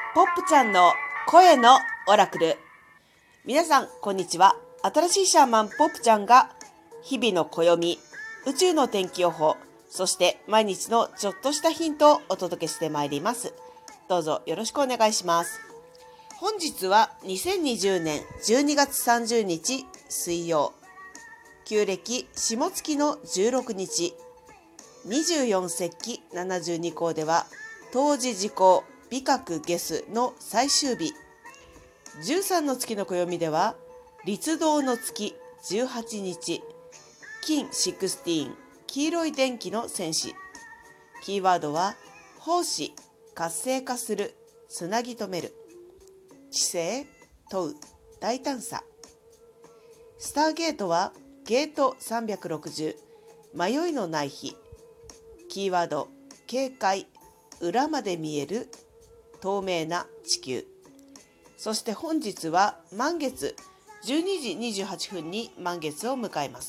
ポップちゃんの声のオラクル。皆さんこんにちは。新しいシャーマンポップちゃんが日々の暦、宇宙の天気予報、そして毎日のちょっとしたヒントをお届けしてまいります。どうぞよろしくお願いします。本日は2020年12月30日水曜、旧暦下月の16日、24節気72項では冬至時効美覚月の最終日、13の月の暦では立冬の月18日、金16、黄色い電気の戦士。キーワードは奉仕、活性化する、つなぎ止める、知性、問う、大胆さ。スターゲートはゲート360、迷いのない日。キーワード警戒、裏まで見える透明な地球。そして本日は満月、12時28分に満月を迎えます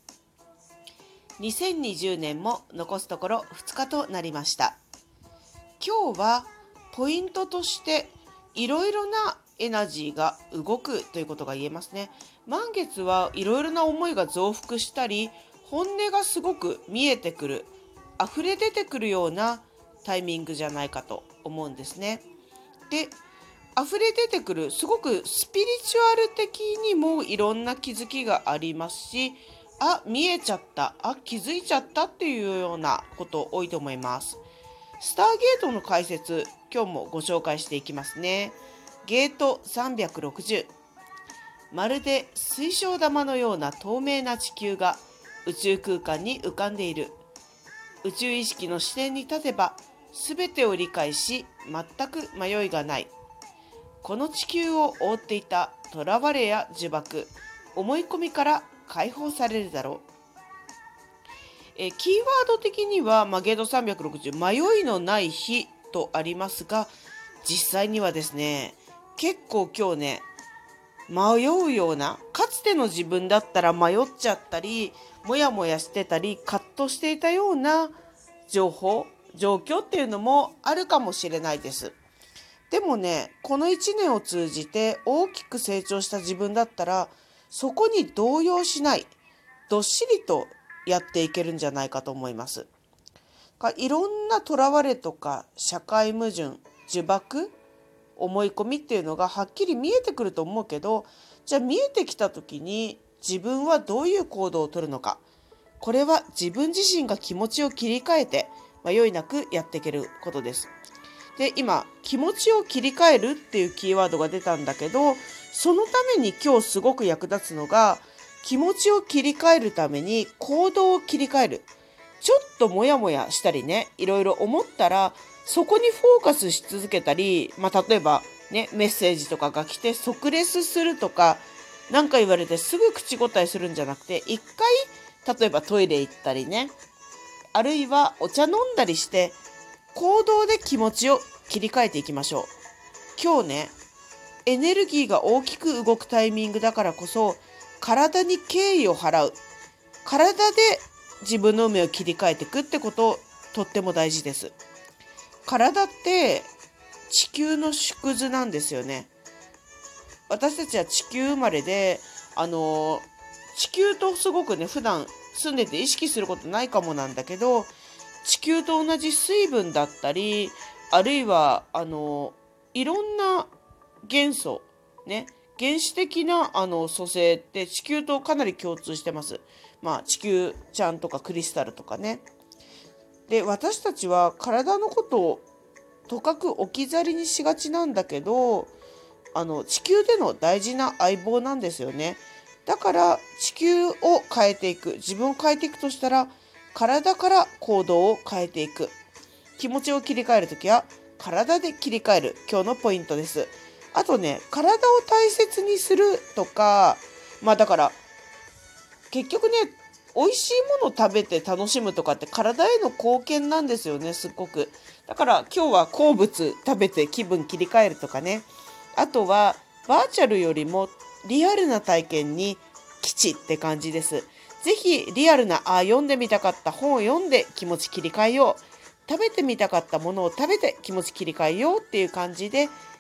。2020年も残すところ2日となりました。今日はポイントとしていろいろなエナジーが動くということが言えますね。満月はいろいろな思いが増幅したり、本音がすごく見えてくる、溢れ出てくるようなタイミングじゃないかと思うんですね。で、溢れ出てくる、すごくスピリチュアル的にもいろんな気づきがありますし、見えちゃった、気づいちゃったっていうようなこと多いと思います。スターゲートの解説、今日もご紹介していきますね。ゲート360、まるで水晶玉のような透明な地球が宇宙空間に浮かんでいる。宇宙意識の視点に立てば全てを理解し、全く迷いがない。この地球を覆っていた囚われや呪縛、思い込みから解放されるだろう。キーワード的には、ゲート360、迷いのない日とありますが、実際にはですね、結構今日ね、迷うような、かつての自分だったら迷っちゃったり、もやもやしてたり、葛藤していたような状況っていうのもあるかもしれないです。でもね、この1年を通じて大きく成長した自分だったら、そこに動揺しない、どっしりとやっていけるんじゃないかと思います。いろんなとらわれとか社会矛盾、呪縛、思い込みっていうのがはっきり見えてくると思うけど、じゃあ見えてきた時に自分はどういう行動をとるのか。これは自分自身が気持ちを切り替えて迷いなくやっていけることです。で、今、気持ちを切り替えるっていうキーワードが出たんだけど、そのために今日すごく役立つのが、気持ちを切り替えるために行動を切り替える。ちょっとモヤモヤしたりね、いろいろ思ったら、そこにフォーカスし続けたり、例えばね、メッセージとかが来て即レスするとか、何か言われてすぐ口答えするんじゃなくて、一回、例えばトイレ行ったりね、あるいはお茶飲んだりして、行動で気持ちを切り替えていきましょう。今日ね、エネルギーが大きく動くタイミングだからこそ、体に敬意を払う。体で自分の運命を切り替えていくってこと、とっても大事です。体って地球の縮図なんですよね。私たちは地球生まれで、地球とすごくね、普段住んでて意識することないかもなんだけど、地球と同じ水分だったり、あるいは、いろんな元素、ね、原始的な組成って地球とかなり共通してます。地球ちゃんとかクリスタルとかね。で、私たちは体のことをとかく置き去りにしがちなんだけど、地球での大事な相棒なんですよね。だから地球を変えていく、自分を変えていくとしたら、体から行動を変えていく。気持ちを切り替えるときは体で切り替える。今日のポイントです。あとね、体を大切にするとか、だから結局ね、美味しいものを食べて楽しむとかって体への貢献なんですよね、すっごく。だから今日は好物食べて気分切り替えるとかね。あとはバーチャルよりもリアルな体験に基地って感じです。ぜひリアルな、読んでみたかった本を読んで気持ち切り替えよう。食べてみたかったものを食べて気持ち切り替えようっていう感じで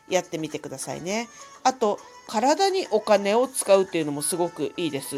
やってみてくださいね。あと、体にお金を使うっていうのもすごくいいです。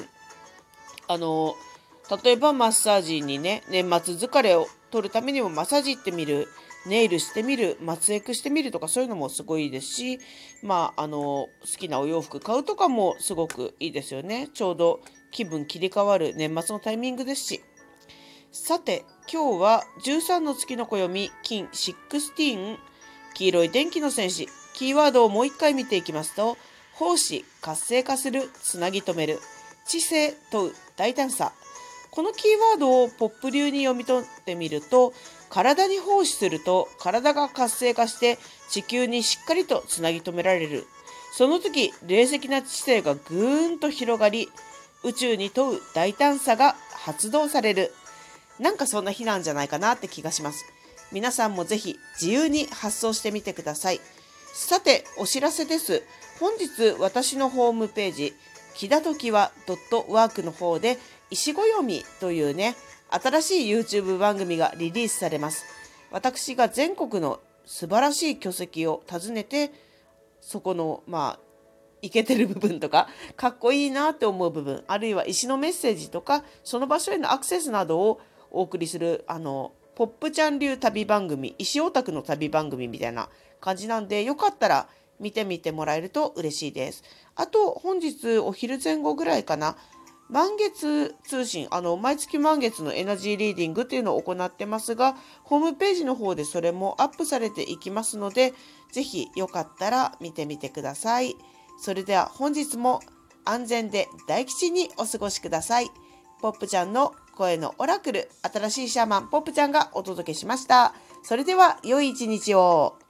例えばマッサージにね、年末疲れを取るためにもマッサージ行ってみる、ネイルしてみる、松エクしてみるとかそういうのもすごいいいですし、好きなお洋服買うとかもすごくいいですよね。ちょうど気分切り替わる年末のタイミングですし。さて、今日は13の月の暦、金16、黄色い電気の戦士、キーワードをもう一回見ていきますと、奉仕、活性化する、つなぎ止める、知性、問う、大胆さ。このキーワードをポップ流に読み取ってみると、体に奉仕すると体が活性化して地球にしっかりとつなぎ止められる。その時、霊的な知性がぐーんと広がり、宇宙に問う大胆さが発動される。なんかそんな日なんじゃないかなって気がします。皆さんもぜひ自由に発想してみてください。さて、お知らせです。本日私のホームページ、木田ときわ .work の方で、石暦というね、新しい YouTube 番組がリリースされます。私が全国の素晴らしい巨石を訪ねて、そこの、イケてる部分とか、かっこいいなって思う部分、あるいは石のメッセージとか、その場所へのアクセスなどをお送りする、ポップちゃん流旅番組、石オタクの旅番組みたいな感じなんで、よかったら見てみてもらえると嬉しいです。あと、本日お昼前後ぐらいかな、満月通信、毎月満月のエナジーリーディングっていうのを行ってますが、ホームページの方でそれもアップされていきますので、ぜひよかったら見てみてください。それでは本日も安全で大吉にお過ごしください。ポップちゃんの声のオラクル、新しいシャーマンポップちゃんがお届けしました。それでは良い一日を。